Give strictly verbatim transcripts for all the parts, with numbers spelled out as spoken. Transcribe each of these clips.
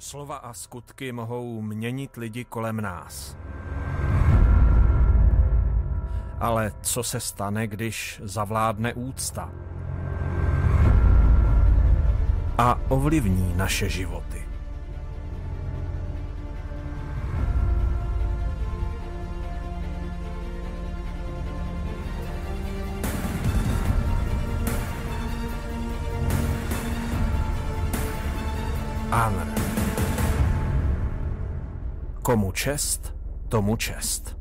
Slova a skutky mohou měnit lidi kolem nás. Ale co se stane, když zavládne úcta a ovlivní naše životy? Honor. Komu čest, tomu čest.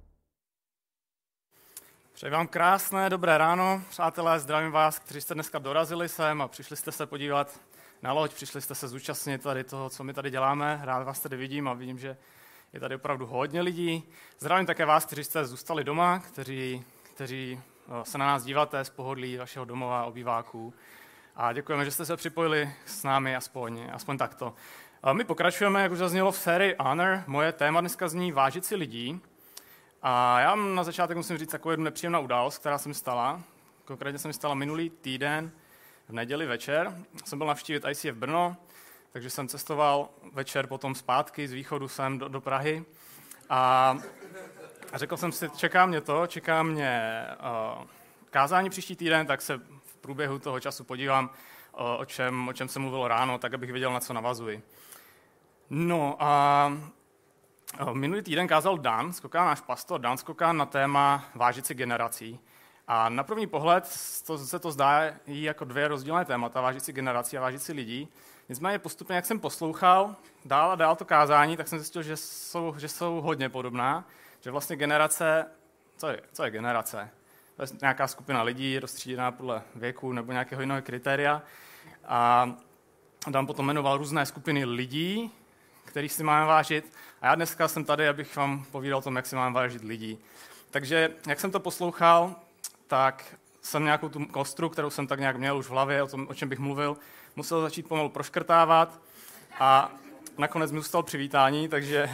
Přeji vám krásné, dobré ráno, přátelé, zdravím vás, kteří jste dneska dorazili sem a přišli jste se podívat na loď, přišli jste se zúčastnit tady toho, co my tady děláme. Rád vás tady vidím a vidím, že je tady opravdu hodně lidí. Zdravím také vás, kteří jste zůstali doma, kteří, kteří se na nás díváte z pohodlí vašeho domova, obýváků. A děkujeme, že jste se připojili s námi aspoň, aspoň takto. My pokračujeme, jak už zaznělo, v sérii Honor. Moje téma dneska zní vážit si lidí. A já na začátek musím říct takovou jednu nepříjemnou událost, která se mi stala. Konkrétně se mi stala minulý týden v neděli večer. Jsem byl navštívit I C F Brno, takže jsem cestoval večer potom zpátky z východu sem do, do Prahy. A, a řekl jsem si, čeká mě to, čeká mě uh, kázání příští týden, tak se v průběhu toho času podívám, uh, o čem, o čem se mluvilo ráno, tak abych věděl, na co navazuji. No a minulý týden kázal Dan Skokán, náš pastor Dan Skokán, na téma vážit si generací. A na první pohled to, se to zdá jí jako dvě rozdílné témata, vážit si generací a vážit si lidí. Nicméně postupně, jak jsem poslouchal dál a dál to kázání, tak jsem zjistil, že jsou, že jsou hodně podobná. Že vlastně generace, co je, co je generace? To je nějaká skupina lidí, rozstříděná podle věku nebo nějakého jiného kritéria. A Dan potom jmenoval různé skupiny lidí, kterých si máme vážit. A já dneska jsem tady, abych vám povídal o tom, jak si máme vážit lidí. Takže, jak jsem to poslouchal, tak jsem nějakou tu kostru, kterou jsem tak nějak měl už v hlavě, o tom, o čem bych mluvil, musel začít pomalu proškrtávat a nakonec mi zůstal přivítání, takže...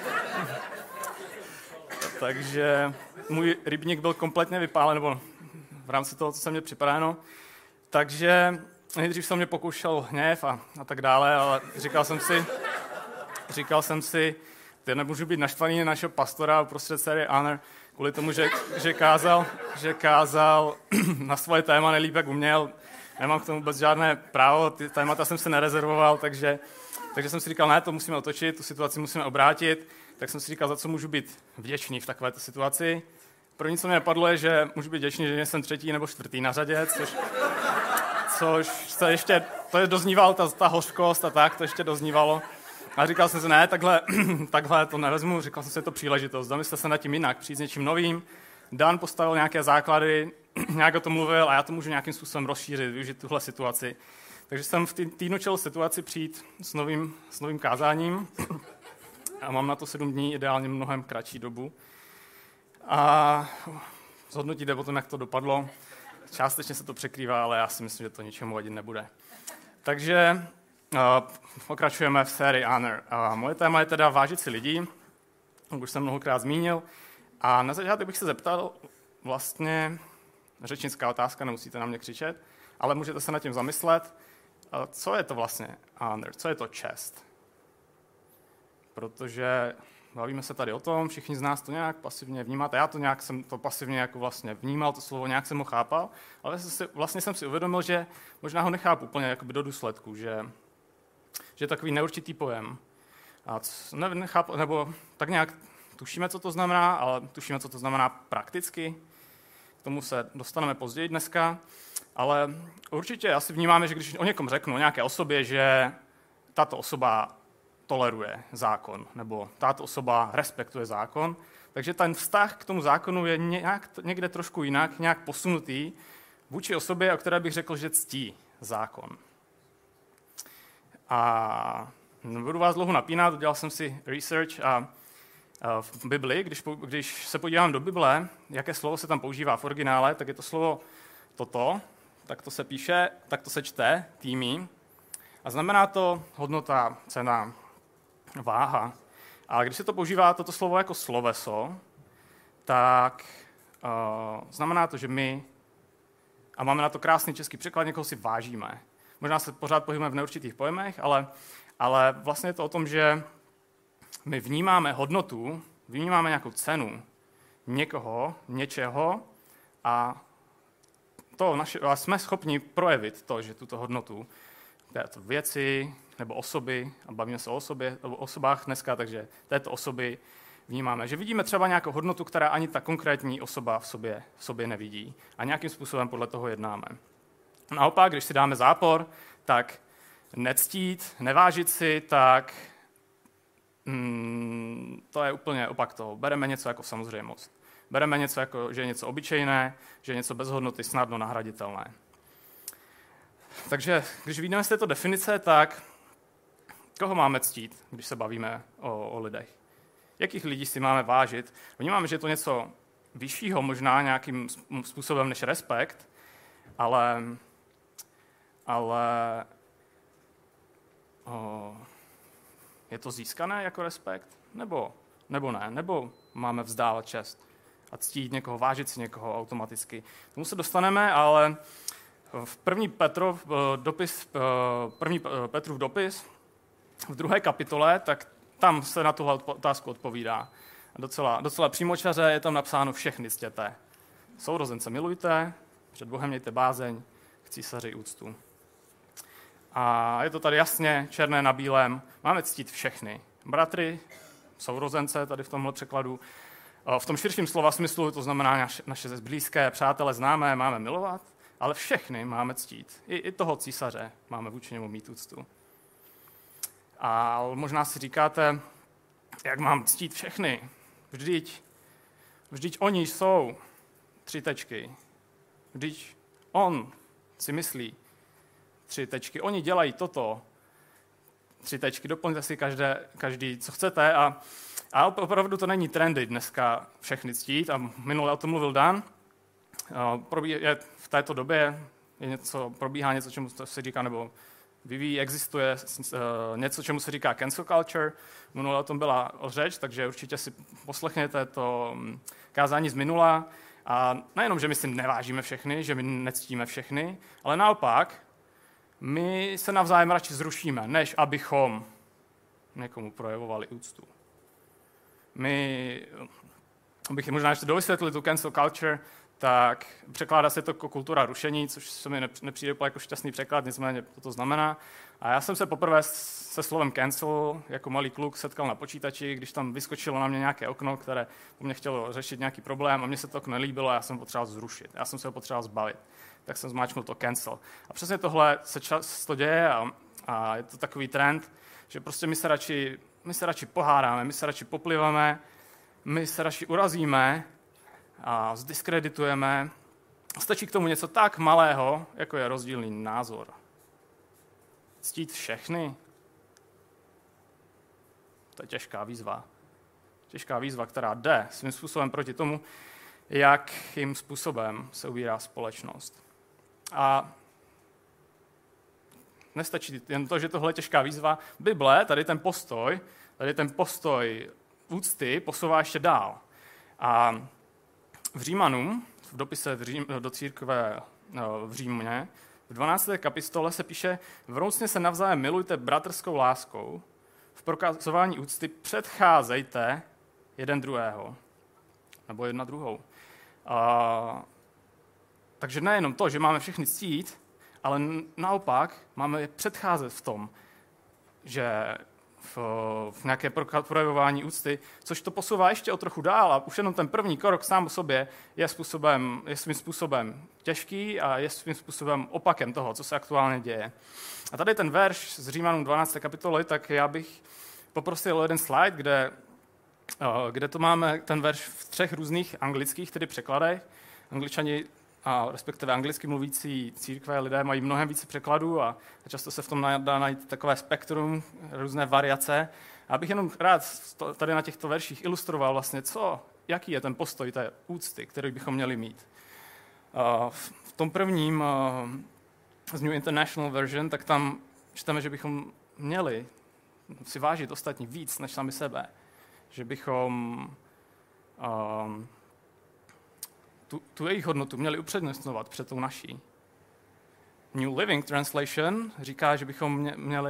takže můj rybník byl kompletně vypálen, nebo v rámci toho, co jsem měl připraveno. Takže nejdřív jsem mě pokoušel hněv a, a tak dále, ale říkal jsem si, říkal jsem si, že nemůžu být naštvaný na našeho pastora uprostřed série Honor, kvůli tomu, že, že, kázal, že kázal na svoje téma nejlíp, jak uměl. Nemám k tomu vůbec žádné právo, ty témata jsem se nerezervoval, takže, takže jsem si říkal, ne, to musíme otočit, tu situaci musíme obrátit. Tak jsem si říkal, za co můžu být vděčný v takovéto situaci. První, co mě napadlo, je, že můžu být vděčný, že jsem třetí nebo čtvrtý na řadě, což, což to ještě, to je dozníval, ta, ta hořkost a tak, to ještě doznívalo. A říkal jsem si, ne, takhle, takhle to nevezmu, říkal jsem si, je to příležitost, zamyslet se nad tím jinak, přijít s něčím novým. Dan postavil nějaké základy, nějak o tom mluvil a já to můžu nějakým způsobem rozšířit, využít tuhle situaci. Takže jsem v týdnu čel situaci přijít s novým, s novým kázáním a mám na to sedm dní, ideálně mnohem kratší dobu. A zhodnotit jde potom, jak to dopadlo. Částečně se to překrývá, ale já si myslím, že to ničemu vadit nebude. Takže uh, pokračujeme v sérii Honor. Uh, moje téma je teda vážit si lidí, už jsem mnohokrát zmínil. A na začátek bych se zeptal, vlastně řečnická otázka, nemusíte na mě křičet, ale můžete se nad tím zamyslet, uh, co je to vlastně honor, co je to čest. Protože bavíme se tady o tom, všichni z nás to nějak pasivně vnímáte. Já to nějak jsem to pasivně jako vlastně vnímal, to slovo nějak jsem ho chápal, ale vlastně jsem si uvědomil, že možná ho nechápu úplně jakoby do důsledku, že, že je takový neurčitý pojem. A co, ne, nechápu, nebo tak nějak tušíme, co to znamená, ale tušíme, co to znamená prakticky. K tomu se dostaneme později dneska, ale určitě asi vnímáme, že když o někom řeknu, o nějaké osobě, že tato osoba toleruje zákon, nebo tato osoba respektuje zákon. Takže ten vztah k tomu zákonu je nějak, někde trošku jinak, nějak posunutý vůči osobě, o které bych řekl, že ctí zákon. A nebudu vás dlouho napínat, udělal jsem si research a v Bibli, když, když se podívám do Bible, jaké slovo se tam používá v originále, tak je to slovo toto, tak to se píše, tak to se čte, týmí. A znamená to hodnota, cena, váha. A když se to používá toto slovo jako sloveso, tak uh, znamená to, že my, a máme na to krásný český překlad, někoho si vážíme. Možná se pořád pohybujeme v neurčitých pojmech, ale, ale vlastně je to o tom, že my vnímáme hodnotu, vnímáme nějakou cenu někoho, něčeho a to naše, a jsme schopni projevit to, že tuto hodnotu této věci nebo osoby, a bavíme se o, osobě, o osobách dneska, takže této osoby vnímáme, že vidíme třeba nějakou hodnotu, která ani ta konkrétní osoba v sobě, v sobě nevidí a nějakým způsobem podle toho jednáme. Naopak, když si dáme zápor, tak nectít, nevážit si, tak mm, to je úplně opak toho. Bereme něco jako samozřejmost. Bereme něco jako, že je něco obyčejné, že je něco bez hodnoty, snadno nahraditelné. Takže když vidíme z této definice, tak koho máme ctít, když se bavíme o, o lidech? Jakých lidí si máme vážit? Vnímáme, že je to něco vyššího, možná nějakým způsobem než respekt, ale, ale o, je to získané jako respekt? Nebo, nebo ne? Nebo máme vzdávat čest a ctít někoho, vážit si někoho automaticky? Tomu se dostaneme, ale v první Petrov dopis, první Petrův dopis v druhé kapitole, tak tam se na tuhle otázku odpovídá. Docela, docela přímočaře je tam napsáno všechny ctěte. Sourozence milujte, před Bohem mějte bázeň, k císaři úctu. A je to tady jasně, černé na bílém, máme ctít všechny. Bratry, sourozence, tady v tomhle překladu. V tom širším slova smyslu, to znamená naše, naše blízké, přátelé, známé, máme milovat, ale všechny máme ctít. I, i toho císaře máme vůči němu mít úctu. A možná si říkáte, jak mám ctít všechny? Vždyť, vždyť oni jsou tři tečky. Vždyť on si myslí tři tečky. Oni dělají toto tři tečky. Doplňte si každé, každý, co chcete. A, a opravdu to není trendy dneska všechny ctít. A minule o tom mluvil Dan. Je v této době je něco, probíhá něco, čemu se říká, nebo vyvíjí, existuje něco, čemu se říká cancel culture. Minule o tom byla řeč, takže určitě si poslechněte to kázání z minula. A nejenom, že my si nevážíme všechny, že my nectíme všechny, ale naopak, my se navzájem radši zrušíme, než abychom někomu projevovali úctu. My, abych možná ještě dovysvětlil tu cancel culture, tak překládá se to jako kultura rušení, což se mi nepřijde jako šťastný překlad, nicméně to, to znamená. A já jsem se poprvé se slovem cancel jako malý kluk setkal na počítači, když tam vyskočilo na mě nějaké okno, které po mně chtělo řešit nějaký problém a mně se to okno nelíbilo a já jsem potřeboval zrušit. Já jsem se ho potřeboval zbavit. Tak jsem zmáčknul to cancel. A přesně tohle se často děje a, a je to takový trend, že prostě my se radši, my se radši pohádáme, my se radši popliváme, my se radši urazíme, a zdiskreditujeme. Stačí k tomu něco tak malého, jako je rozdílný názor. Ctít všechny? To je těžká výzva. Těžká výzva, která jde svým způsobem proti tomu, jakým způsobem se ubírá společnost. A nestačí jen to, že tohle je těžká výzva. Bible, tady ten postoj, tady ten postoj úcty posouvá ještě dál. A v Římanům, v dopise v Řím, do církve v Římě, v dvanácté kapitole se píše: vroucně se navzájem milujte bratrskou láskou, v prokazování úcty předcházejte jeden druhého, nebo jedna druhou. A, takže nejenom to, že máme všechny ctít, ale naopak máme je předcházet v tom, že v, v nějaké projevování úcty, což to posouvá ještě o trochu dál a už jenom ten první krok sám o sobě je, způsobem, je svým způsobem těžký a je svým způsobem opakem toho, co se aktuálně děje. A tady ten verš z Římanům dvanácté kapitoly, tak já bych poprosil jeden slide, kde, kde to máme ten verš v třech různých anglických tedy překladech. Angličani a respektive anglicky mluvící církve lidé mají mnohem více překladů a často se v tom dá najít takové spektrum, různé variace. A abych jenom rád tady na těchto verších ilustroval vlastně, co, jaký je ten postoj té úcty, který bychom měli mít. V tom prvním z New International Version, tak tam čteme, že bychom měli si vážit ostatní víc než sami sebe. Že bychom um, tu, tu jejich hodnotu měli upřednostňovat před tou naší. New Living Translation říká, že bychom měli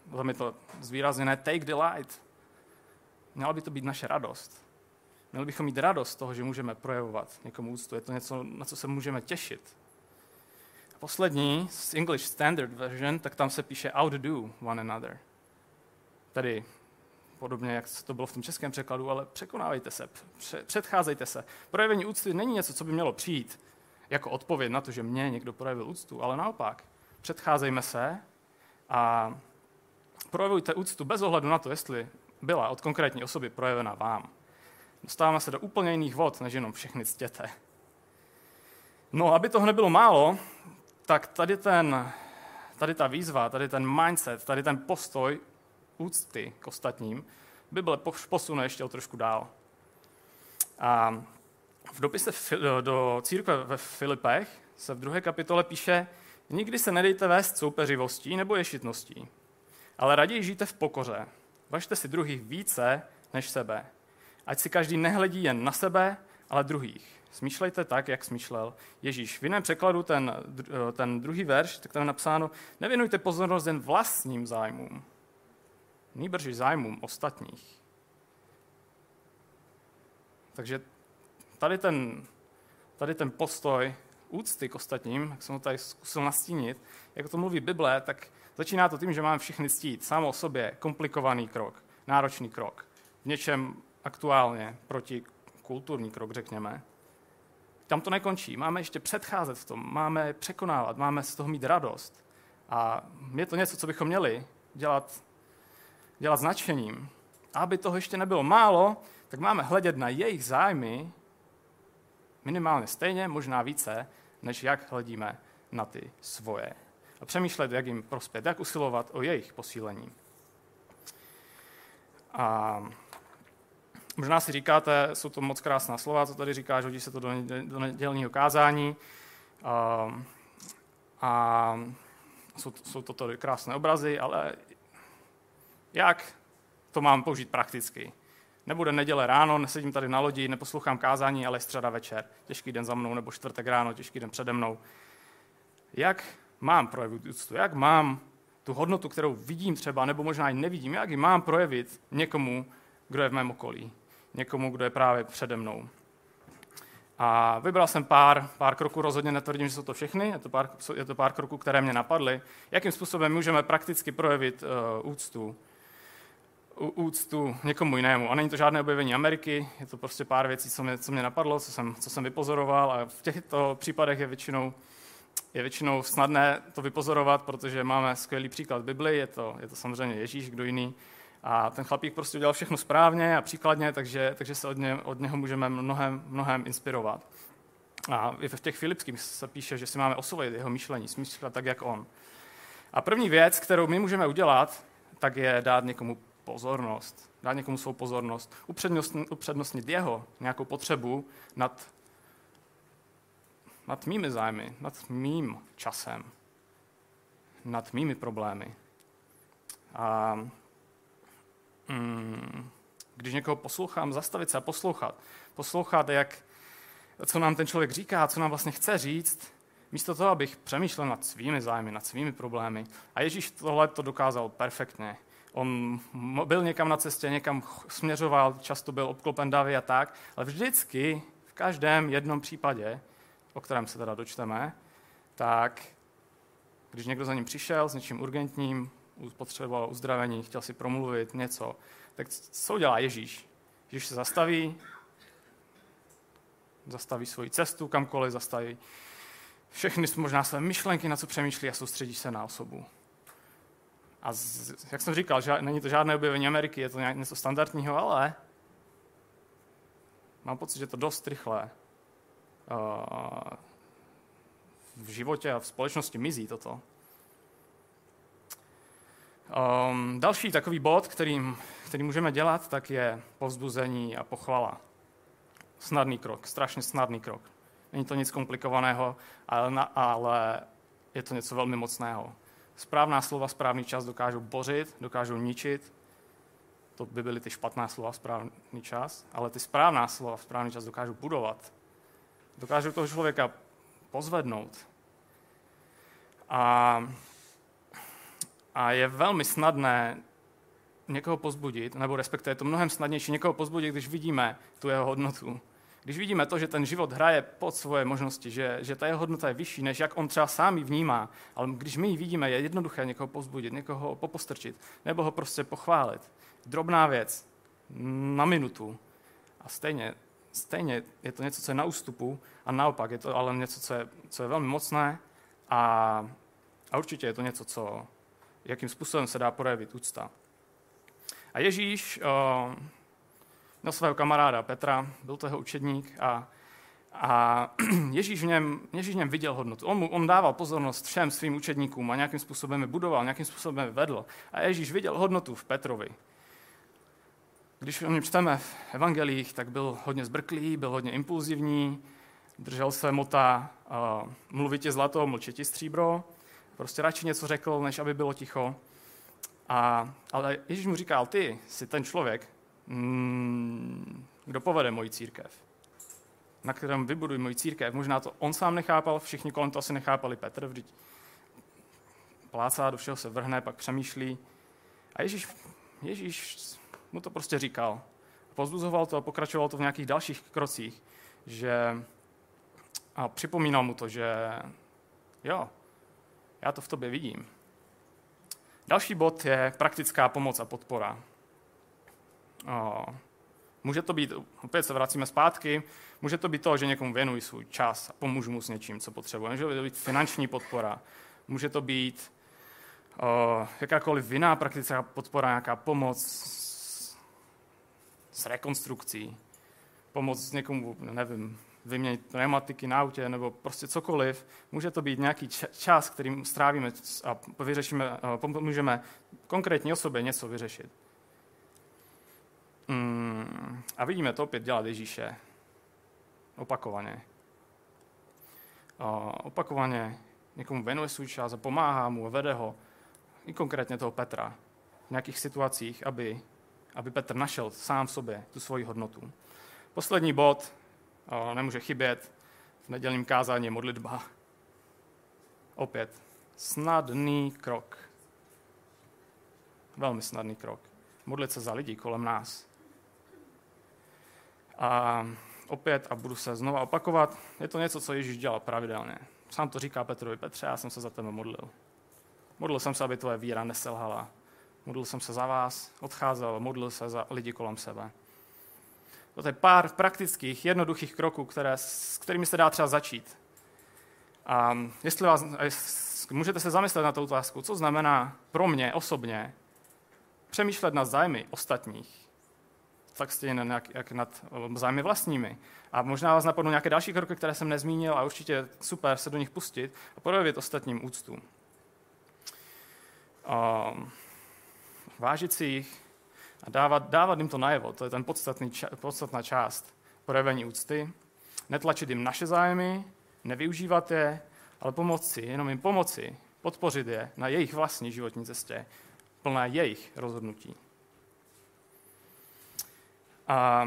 tam je to zvýrazněné take delight. Měla by to být naše radost. Měli bychom mít radost z toho, že můžeme projevovat někomu úctu. Je to něco, na co se můžeme těšit. A poslední, z English Standard Version, tak tam se píše outdo one another. Tedy podobně, jak to bylo v tom českém překladu, ale překonávejte se, předcházejte se. Projevení úcty není něco, co by mělo přijít jako odpověď na to, že mě někdo projevil úctu, ale naopak. Předcházejme se a projevujte úctu bez ohledu na to, jestli byla od konkrétní osoby projevena vám. Dostáváme se do úplně jiných vod, než jenom všechny ctěte. No, aby toho nebylo málo, tak tady, ten, tady ta výzva, tady ten mindset, tady ten postoj úcty k ostatním Bible posune ještě o trošku dál. A v dopise do církve ve Filipech se v druhé kapitole píše: nikdy se nedejte vést soupeřivostí nebo ješitností, ale raději žijte v pokoře. Važte si druhých více než sebe. Ať si každý nehledí jen na sebe, ale druhých. Smýšlejte tak, jak smýšlel Ježíš. V jiném překladu ten, ten druhý verš, tak tam je napsáno: nevěnujte pozornost jen vlastním zájmům, nýbrž zájmům ostatních. Takže tady ten, tady ten postoj úcty k ostatním, jak jsem ho tady zkusil nastínit, jak to mluví Bible, tak začíná to tím, že máme všichni ctít. Samo o sobě komplikovaný krok, náročný krok. V něčem aktuálně protikulturní krok, řekněme. Tam to nekončí. Máme ještě předcházet v tom, máme překonávat, máme z toho mít radost. A je to něco, co bychom měli dělat, dělat s nadšením. A aby toho ještě nebylo málo, tak máme hledět na jejich zájmy minimálně stejně, možná více, než jak hledíme na ty svoje. A přemýšlet, jak jim prospět, jak usilovat o jejich posílení. A možná si říkáte, jsou to moc krásná slova, co tady říkáš, hodí se to do, do nedělního kázání. A, a jsou, jsou to tady krásné obrazy, ale jak to mám použít prakticky? Nebude neděle ráno, nesedím tady na lodi, neposlouchám kázání, ale středa večer, těžký den za mnou, nebo čtvrtek ráno, těžký den přede mnou. Jak mám projevit úctu? Jak mám tu hodnotu, kterou vidím třeba, nebo možná i nevidím, jak ji mám projevit někomu, kdo je v mém okolí, někomu, kdo je právě přede mnou? A vybral jsem pár, pár kroků, rozhodně netvrdím, že jsou to všechny, je to pár, je to pár kroků, které mě napadly. Jakým způsobem můžeme prakticky projevit uh, úctu? úctu někomu jinému. A není to žádné objevení Ameriky, je to prostě pár věcí, co mě, co mě napadlo, co jsem, co jsem vypozoroval, a v těchto případech je většinou, je většinou snadné to vypozorovat, protože máme skvělý příklad v Bibli, je to, je to samozřejmě Ježíš, kdo jiný. A ten chlapík prostě udělal všechno správně a příkladně, takže, takže se od, ně, od něho můžeme mnohem, mnohem inspirovat. A i v těch Filipských se píše, že si máme osvojit jeho myšlení, smýšlet tak, jak on. A první věc, kterou my můžeme udělat, tak je dát někomu pozornost, dát někomu svou pozornost, upřednostnit, upřednostnit jeho nějakou potřebu nad, nad mými zájmy, nad mým časem, nad mými problémy. A mm, když někoho poslouchám, zastavit se a poslouchat. Poslouchat, jak, co nám ten člověk říká, co nám vlastně chce říct, místo toho, abych přemýšlel nad svými zájmy, nad svými problémy. A Ježíš tohle to dokázal perfektně. On byl někam na cestě, někam směřoval, často byl obklopen davy a tak, ale vždycky, v každém jednom případě, o kterém se teda dočteme, tak když někdo za ním přišel s něčím urgentním, potřeboval uzdravení, chtěl si promluvit něco, tak co udělá Ježíš? Ježíš se zastaví, zastaví svoji cestu kamkoliv, zastaví všechny možná své myšlenky, na co přemýšlí, a soustředí se na osobu. A z, jak jsem říkal, že není to žádné objevení Ameriky, je to něco standardního, ale mám pocit, že to dost rychle uh, v životě a v společnosti mizí toto. Um, další takový bod, který, který můžeme dělat, tak je povzbuzení a pochvala. Snadný krok, strašně snadný krok. Není to nic komplikovaného, ale, ale je to něco velmi mocného. Správná slova, správný čas dokážou bořit, dokážou ničit. To by byly ty špatná slova, správný čas, ale ty správná slova, správný čas dokážou budovat. Dokážou toho člověka pozvednout. A A je velmi snadné někoho pozbudit, nebo respektive je to mnohem snadnější někoho pozbudit, když vidíme tu jeho hodnotu. Když vidíme to, že ten život hraje pod svoje možnosti, že, že ta jeho hodnota je vyšší, než jak on třeba sám ji vnímá, ale když my ji vidíme, je jednoduché někoho pozbudit, někoho popostrčit, nebo ho prostě pochválit. Drobná věc, na minutu. A stejně, stejně je to něco, co je na ústupu, a naopak je to ale něco, co je, co je velmi mocné a, a určitě je to něco, co, jakým způsobem se dá projevit úcta. A Ježíš uh, měl svého kamaráda Petra, byl to jeho učedník a, a Ježíš, v něm, Ježíš v něm viděl hodnotu. On, mu, on dával pozornost všem svým učedníkům a nějakým způsobem je budoval, nějakým způsobem je vedl. A Ježíš viděl hodnotu v Petrovi. Když o něm čteme v evangelích, tak byl hodně zbrklý, byl hodně impulzivní, držel se mota uh, mluvitě zlato, mlčeti stříbro. Prostě radši něco řekl, než aby bylo ticho. A, ale Ježíš mu říkal, ty jsi ten člověk, mm, kdo povede moji církev, na kterém vybuduji moji církev. Možná to on sám nechápal, všichni kolem to asi nechápali. Petr vždyť plácá, do všeho se vrhne, pak přemýšlí. A Ježíš, Ježíš mu to prostě říkal. Pozbuzoval to a pokračoval to v nějakých dalších krocích, že a připomínal mu to, že jo, já to v tobě vidím. Další bod je praktická pomoc a podpora. O, může to být, opět se vracíme zpátky, může to být to, že někomu věnuji svůj čas a pomůžu mu s něčím, co potřebuje. Může to být finanční podpora, může to být o, jakákoliv jiná praktická podpora, nějaká pomoc s, s rekonstrukcí, pomoc někomu, nevím, vyměnit pneumatiky na autě nebo prostě cokoliv. Může to být nějaký čas, kterým strávíme a vyřešíme, pomůžeme konkrétní osobě něco vyřešit. Mm, a vidíme to opět dělat Ježíše. Opakovaně. A opakovaně někomu věnuje svůj čas a pomáhá mu a vede ho, i konkrétně toho Petra, v nějakých situacích, aby, aby Petr našel sám v sobě tu svoji hodnotu. Poslední bod, nemůže chybět, v nedělním kázání je modlitba. Opět, snadný krok. Velmi snadný krok. Modlit se za lidi kolem nás. A opět, a budu se znova opakovat, je to něco, co Ježíš dělal pravidelně. Sám to říká Petrovi, Petře, já jsem se za tebe modlil. Modlil jsem se, aby tvoje víra neselhala. Modlil jsem se za vás, odcházel, modlil se za lidi kolem sebe. To je pár praktických, jednoduchých kroků, které, s kterými se dá třeba začít. A jestli vás, můžete se zamyslet na tu otázku, co znamená pro mě osobně přemýšlet nad zájmy ostatních, tak stejně jak, jak nad zájmy vlastními. A možná vás napadnou nějaké další kroky, které jsem nezmínil a určitě super se do nich pustit a projevit ostatním úctu. A vážit si jich, a dávat, dávat jim to najevo, to je ten podstatný, podstatná část projevení úcty. Netlačit jim naše zájmy, nevyužívat je, ale pomoci, jenom jim pomoci, podpořit je na jejich vlastní životní cestě, plné jejich rozhodnutí. A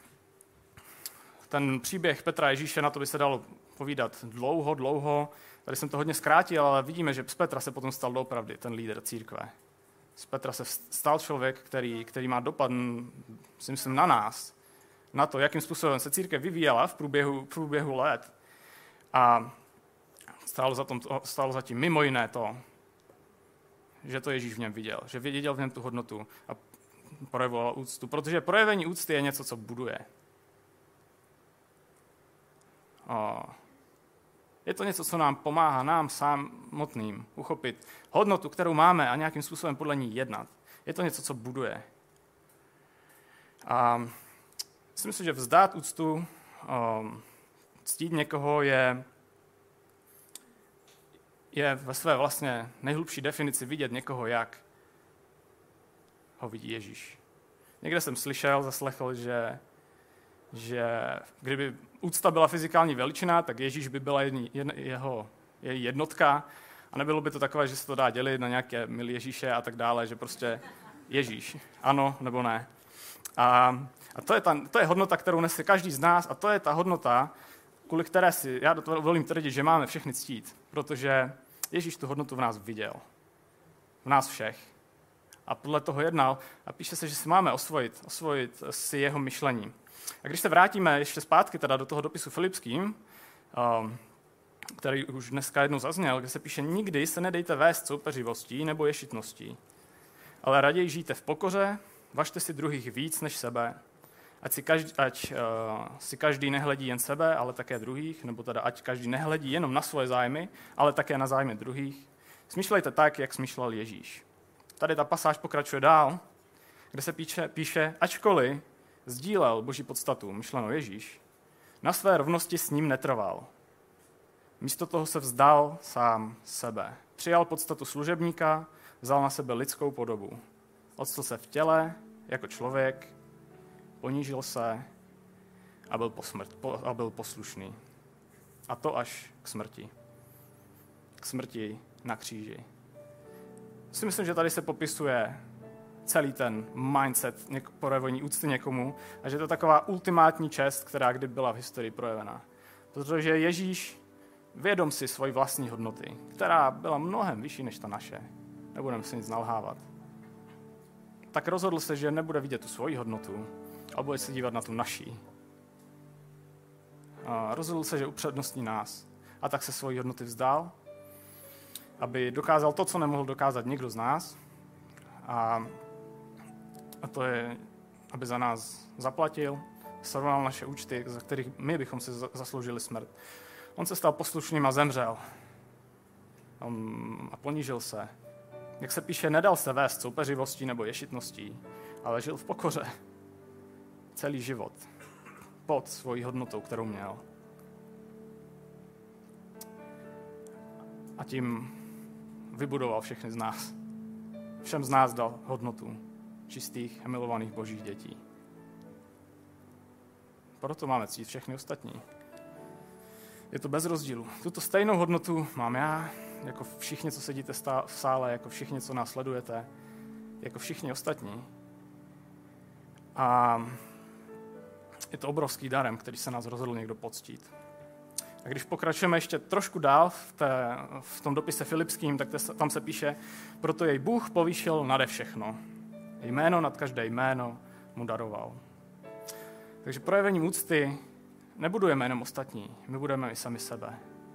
ten příběh Petra a Ježíše, na to by se dalo povídat dlouho, dlouho. Tady jsem to hodně zkrátil, ale vidíme, že z Petra se potom stal doopravdy ten lídr církve. Z Petra se stal člověk, který, který má dopad, si myslím, na nás, na to, jakým způsobem se církev vyvíjela v průběhu, v průběhu let. A stálo za, tom, stálo za tím mimo jiné to, že to Ježíš v něm viděl, že viděl v něm tu hodnotu a projevoval úctu, protože projevení úcty je něco, co buduje. O. Je to něco, co nám pomáhá, nám samotným uchopit hodnotu, kterou máme a nějakým způsobem podle ní jednat. Je to něco, co buduje. A myslím si, že vzdát úctu, ctít někoho je, je ve své vlastně nejhlubší definici vidět někoho, jak ho vidí Ježíš. Někde jsem slyšel, zaslechl, že, že kdyby úcta byla fyzikální veličina, tak Ježíš by byla jedni, jedn, jeho její jednotka a nebylo by to takové, že se to dá dělit na nějaké milí Ježíše a tak dále, že prostě Ježíš, ano nebo ne. A, a to, je ta, to je hodnota, kterou nese každý z nás a to je ta hodnota, kvůli které si, já dovolím tvrdit, že máme všechny ctít, protože Ježíš tu hodnotu v nás viděl. v nás všech. A podle toho jednal a píše se, že si máme osvojit, osvojit si jeho myšlení. A když se vrátíme ještě zpátky teda do toho dopisu Filipským, který už dneska jednou zazněl, kde se píše, nikdy se nedejte vést soupeřivostí nebo ješitností, ale raději žijte v pokoře, važte si druhých víc než sebe, ať si každý, ať, uh, si každý nehledí jen sebe, ale také druhých, nebo teda ať každý nehledí jenom na svoje zájmy, ale také na zájmy druhých. Smýšlejte tak, jak smýšlel Ježíš. Tady ta pasáž pokračuje dál, kde se píše, píše ačkoliv sdílel Boží podstatu, myšleno Ježíš, na své rovnosti s ním netrval. Místo toho se vzdal sám sebe. Přijal podstatu služebníka, vzal na sebe lidskou podobu. Octl se v těle jako člověk, ponížil se a byl, posmrt, po, a byl poslušný. A to až k smrti. K smrti na kříži. Si myslím, že tady se popisuje celý ten mindset něk- projevení úcty někomu a že to je taková ultimátní čest, která kdy byla v historii projevena. Protože Ježíš vědom si svojí vlastní hodnoty, která byla mnohem vyšší než ta naše. Nebudeme si nic nalhávat. Tak rozhodl se, že nebude vidět tu svoji hodnotu a bude se dívat na tu naší. A rozhodl se, že upřednostní nás. A tak se svojí hodnoty vzdal, aby dokázal to, co nemohl dokázat někdo z nás. A, a to je, aby za nás zaplatil, srovnal naše účty, za kterých my bychom si zasloužili smrt. On se stal poslušným a zemřel. On, a ponížil se. Jak se píše, nedal se vést soupeřivostí nebo ješitností, ale žil v pokoře. Celý život. Pod svojí hodnotou, kterou měl. A tím vybudoval všechny z nás. Všem z nás dal hodnotu čistých a milovaných božích dětí. Proto máme ctít všechny ostatní. Je to bez rozdílu. Tuto stejnou hodnotu mám já, jako všichni, co sedíte v sále, jako všichni, co nás sledujete, jako všichni ostatní. A je to obrovský darem, který se nás rozhodl někdo poctít. A když pokračujeme ještě trošku dál v, té, v tom dopise Filipským, tak tam se píše, proto jej Bůh povýšil nade všechno. Jméno nad každé jméno mu daroval. Takže projevením úcty nebudujeme jenom ostatní, my budeme i sami sebe.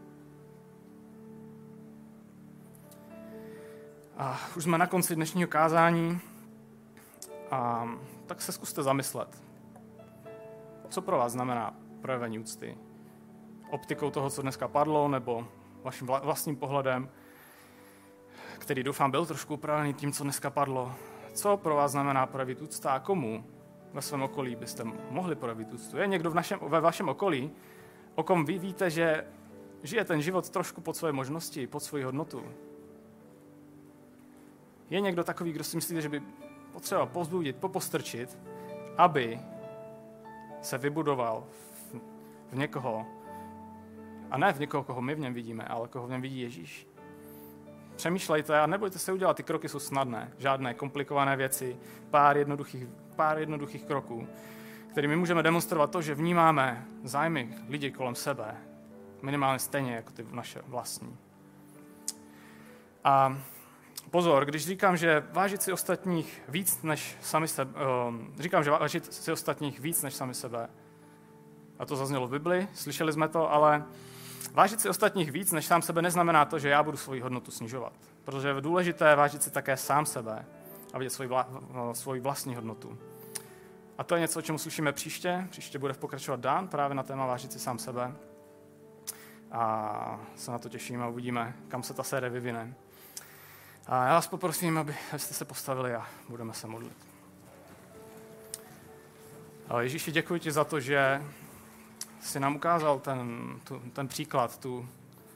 A už jsme na konci dnešního kázání, a tak se zkuste zamyslet. Co pro vás znamená projevení úcty? Optikou toho, co dneska padlo, nebo vaším vlastním pohledem, který doufám byl trošku upravený tím, co dneska padlo. Co pro vás znamená projevit úcta a komu ve svém okolí byste mohli projevit úctu? Je někdo v našem, ve vašem okolí, o kom vy víte, že žije ten život trošku pod svoje možnosti, pod svoji hodnotu? Je někdo takový, kdo si myslíte, že by potřeboval povzbudit, popostrčit, aby se vybudoval v, v někoho, a ne v někoho, koho my v něm vidíme, ale koho v něm vidí Ježíš? Přemýšlejte a nebojte se udělat, ty kroky jsou snadné, žádné komplikované věci, pár jednoduchých, pár jednoduchých kroků, kterými můžeme demonstrovat to, že vnímáme zájmy lidí kolem sebe, minimálně stejně jako ty naše vlastní. A pozor, když říkám, že vážit si ostatních víc než sami sebe, um, říkám, že vážit si ostatních víc než sami sebe, a to zaznělo v Bibli, slyšeli jsme to, ale vážit si ostatních víc než sám sebe neznamená to, že já budu svoji hodnotu snižovat. Protože je důležité vážit si také sám sebe a vidět svoji, vla, svoji vlastní hodnotu. A to je něco, o čemu slyšíme příště. Příště bude pokračovat Dan právě na téma vážit si sám sebe. A se na to těším a uvidíme, kam se ta série vyvine. A já vás poprosím, abyste se postavili a budeme se modlit. Ale Ježíši, děkuji ti za to, že jsi nám ukázal ten, tu, ten příklad, tu,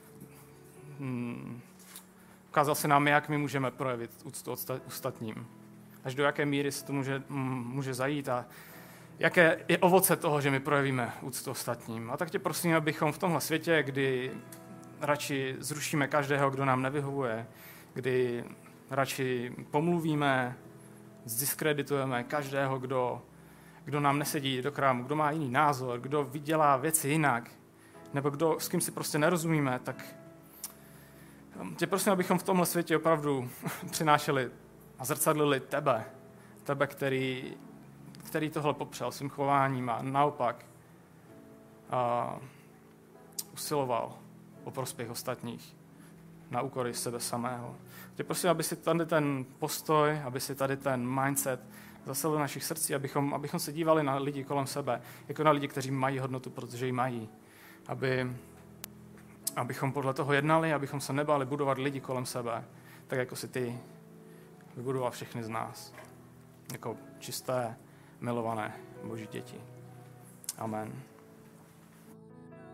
hmm, ukázal si nám, jak my můžeme projevit úctu ostatním. Až do jaké míry se to může, může zajít a jaké je ovoce toho, že my projevíme úctu ostatním. A tak tě prosím, abychom v tomhle světě, kdy radši zrušíme každého, kdo nám nevyhovuje, kdy radši pomluvíme, zdiskreditujeme každého, kdo kdo nám nesedí do krámu, kdo má jiný názor, kdo vydělá věci jinak, nebo kdo, s kým si prostě nerozumíme, tak Tě prosím, abychom v tomhle světě opravdu přinášeli a zrcadlili tebe, tebe, který, který tohle popřel svým chováním a naopak a usiloval o prospěch ostatních na úkor sebe samého. Tě prosím, aby si tady ten postoj, aby si tady ten mindset zasadil do našich srdcí, abychom, abychom se dívali na lidi kolem sebe, jako na lidi, kteří mají hodnotu, protože ji mají. Aby, abychom podle toho jednali, abychom se nebáli budovat lidi kolem sebe, tak jako si ty vybudoval všechny z nás. Jako čisté, milované Boží děti. Amen.